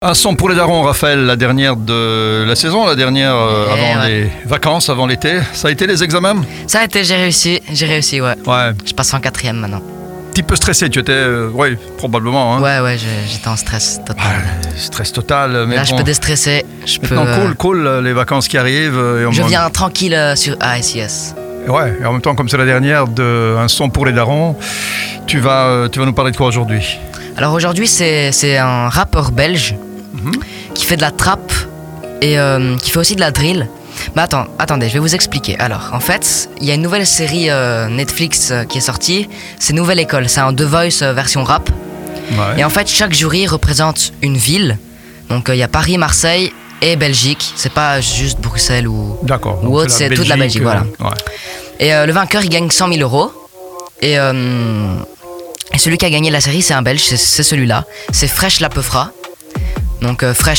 Un son pour les darons, Raphaël, la dernière de la saison, la dernière avant les vacances, avant l'été. Ça a été les examens? Ça a été, j'ai réussi, ouais. Ouais. Je passe en 4e maintenant. Petit peu stressé, tu étais, oui, probablement. Hein. Ouais, j'étais en stress total. Stress total, mais là, bon. Je peux déstresser. Cool, les vacances qui arrivent. Je viens tranquille sur ASIS. Ouais, et en même temps, comme c'est la dernière de Un son pour les darons, tu vas nous parler de quoi aujourd'hui? Alors aujourd'hui, c'est un rappeur belge qui fait de la trap et qui fait aussi de la drill. Mais attendez, je vais vous expliquer. Alors, en fait, il y a une nouvelle série Netflix qui est sortie. C'est Nouvelle École. C'est un The Voice version rap. Ouais. Et en fait, chaque jury représente une ville. Donc, il y a Paris, Marseille et Belgique. C'est pas juste Bruxelles ou autre, c'est toute la Belgique. Voilà. Ouais. Et le vainqueur, il gagne 100 000 €. Et celui qui a gagné la série, c'est un Belge. C'est celui-là. C'est Fresh Lapeufra. Donc, Fresh,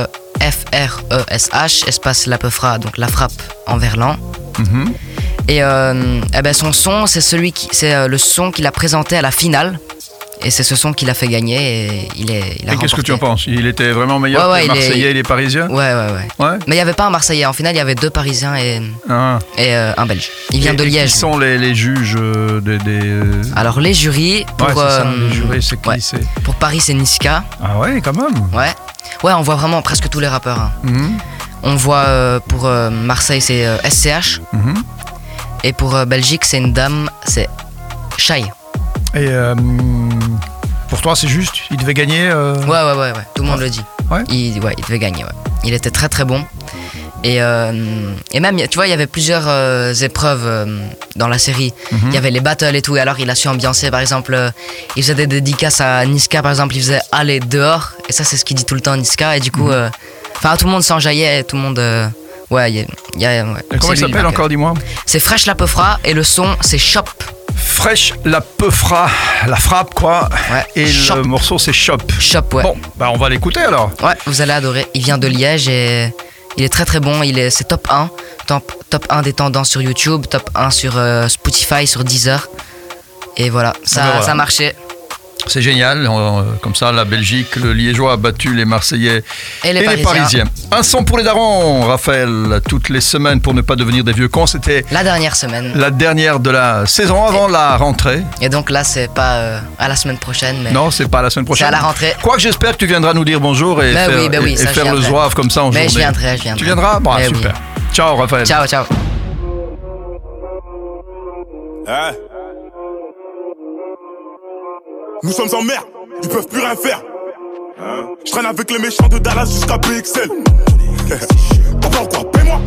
F-R-E-S-H, espace Lapeufra, donc la frappe en verlan. Et son son, c'est le son qu'il a présenté à la finale. Et c'est ce son qu'il a fait gagner et il a remporté. Qu'est-ce que tu en penses? Il était vraiment meilleur que les Marseillais et les Parisiens? Ouais. Mais il n'y avait pas un Marseillais. En finale, il y avait 2 Parisiens et un Belge. Il vient de Liège. Qui sont les juges Alors, les jurys... les jurys, c'est qui c'est... Pour Paris, c'est Niska. Ah ouais, quand même. Ouais, on voit vraiment presque tous les rappeurs. Hein. On voit pour Marseille, c'est SCH. Et pour Belgique, c'est une dame, c'est Shai. Et pour toi, c'est juste? Il devait gagner Ouais. Tout le monde le dit. Ouais. Il devait gagner, ouais. Il était très très bon. Et même, tu vois, il y avait plusieurs épreuves dans la série. Il y avait les battles et tout. Et alors, il a su ambiancer. Par exemple, il faisait des dédicaces à Niska. Par exemple, il faisait « Allez, dehors ». Et ça, c'est ce qu'il dit tout le temps, Niska. Et du coup, tout le monde s'enjaillait. Tout le monde... Et comment il s'appelle encore, dis-moi? C'est Fresh Lapeufra. Et le son, c'est Shop. Fresh Lapeufra, la frappe quoi. Ouais. Et Shop. Le morceau, c'est Shop. Shop, ouais. Bon, on va l'écouter alors. Ouais, vous allez adorer. Il vient de Liège et... Il est très très bon, c'est top 1. Top 1 des tendances sur YouTube, top 1 sur Spotify, sur Deezer. Et voilà, ça a marché. C'est génial, comme ça la Belgique, le Liégeois a battu les Marseillais et les Parisiens. Un son pour les darons, Raphaël, toutes les semaines pour ne pas devenir des vieux cons, c'était... La dernière semaine. La dernière de la saison avant la rentrée. Et donc là, c'est pas à la semaine prochaine. Mais non, c'est pas à la semaine prochaine. C'est à la rentrée. Quoique j'espère que tu viendras nous dire bonjour et faire le zouave comme ça en journée. Mais je viendrai. Tu viendras? Bon, super. Oui. Ciao, Raphaël. Ciao. Nous sommes en mer, ils peuvent plus rien faire. Je traîne avec les méchants de Dallas jusqu'à PXL. T'as pas quoi? Paie-moi.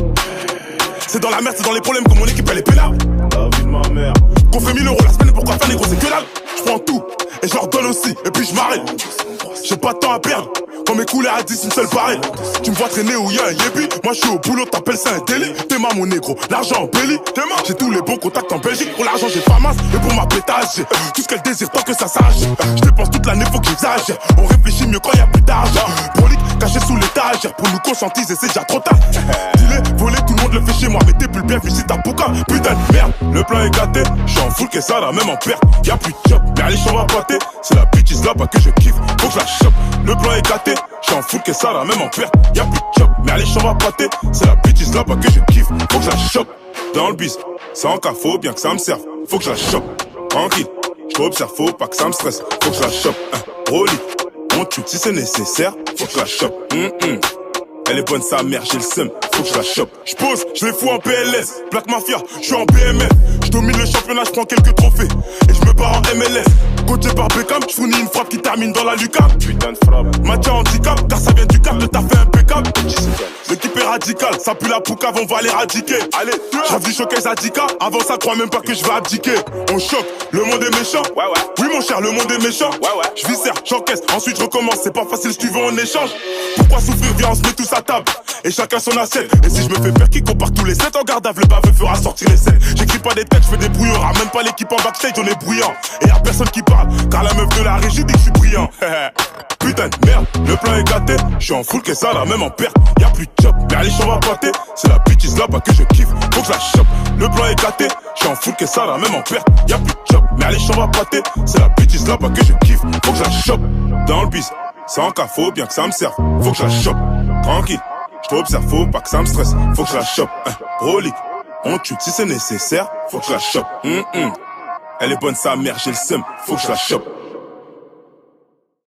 C'est dans la merde, c'est dans les problèmes que mon équipe elle est pénale. La vie de ma mère. Qu'on fait 1000 € la semaine, pourquoi faire les gros, c'est que dalle. Je prends tout et je leur donne aussi, et puis je m'arrête. J'ai pas de temps à perdre. Quand mes couleurs à 10, une seule pareille. Tu me vois traîner où y'a un yébi. Moi je suis au boulot, t'appelles ça un délit. T'es ma mon négro, l'argent en belly. J'ai tous les bons contacts en Belgique. Pour l'argent j'ai pas masse, et pour ma pétage j'ai tout ce qu'elle désire tant que ça sache. Je dépense toute l'année, faut que j'exagère. On réfléchit mieux quand y'a plus d'argent. Prolique, caché sous l'étagère. Pour nous conscientiser, c'est déjà trop tard. Dis-les, voler, tout le monde le fait chez moi. Mais t'es plus bien vu si t'as boucan. Putain de merde, le plan est gâté. J'suis en full que ça, là, même en perte. Y'a plus de job, mais allez, j'en va pâter. C'est la bitch là-bas que je kiffe. Faut que je la chope. Le plan est gâté. J'suis en full que ça, là, même en perte. Y'a plus de job, mais allez, j'en va pâter. C'est la bitch là-bas que je kiffe. Faut que je la chope. Dans le bis, c'est en cas, faut bien que ça me serve. Faut que je la chope. Tranquille, j't'observe, faut pas que ça me stresse. Faut que je la chope. Rolly, on tue si c'est nécessaire. Faut que je la chope. Elle est bonne sa mère, j'ai le seum, faut que je la chope. J'pose, je les fous en PLS. Black Mafia, j'suis en BMF. J'domine le championnat, j'prends quelques trophées. Et j'me barre en MLS. Coaché par Beckham, j'fournis une frappe qui termine dans la lucarne. Putain de frappe. Match handicap, car ça vient du cap, le taf est impeccable. L'équipe est radicale, ça pue la poucave, on va l'éradiquer. Allez, j'rappe du showcase à 10K. Avant ça, crois même pas que je vais abdiquer. On choque, le monde est méchant. Ouais. Oui, mon cher, le monde est méchant. Ouais. J'viscère, j'encaisse, ensuite je recommence. C'est pas facile si tu veux en échange. Pourquoi souffrir, viens, on se met tous à table. Et chacun son assiette. Et si je me fais faire qui compare tous les 7 en gardave, le baveux fera sortir les scènes. J'écris pas des textes, je fais des brouillards. Même pas l'équipe en backstage, on est bruyant. Et y'a personne qui parle, car la meuf de la régie dit que je suis brillant. Putain de merde, le plan est gâté. J'suis en full que ça, là, même en perte. Y'a plus de job, mais allez, j'en va pâter. C'est la bitch là-bas que je kiffe. Faut que je la chope. Le plan est gâté. J'suis en full que ça, là, même en perte. Y'a plus de job, mais allez, j'en va pâter. C'est la bitch là-bas que je kiffe. Faut que je la chope. Dans le bis, Sans cas, faut bien que ça me serve. Faut que je la chope. Tranquille, je t'observe, faut pas que ça me stresse. Faut que je la chope. Brolique, on tue si c'est nécessaire. Faut que je la chope. Elle est bonne sa mère, j'ai le seum. Faut que je la chope.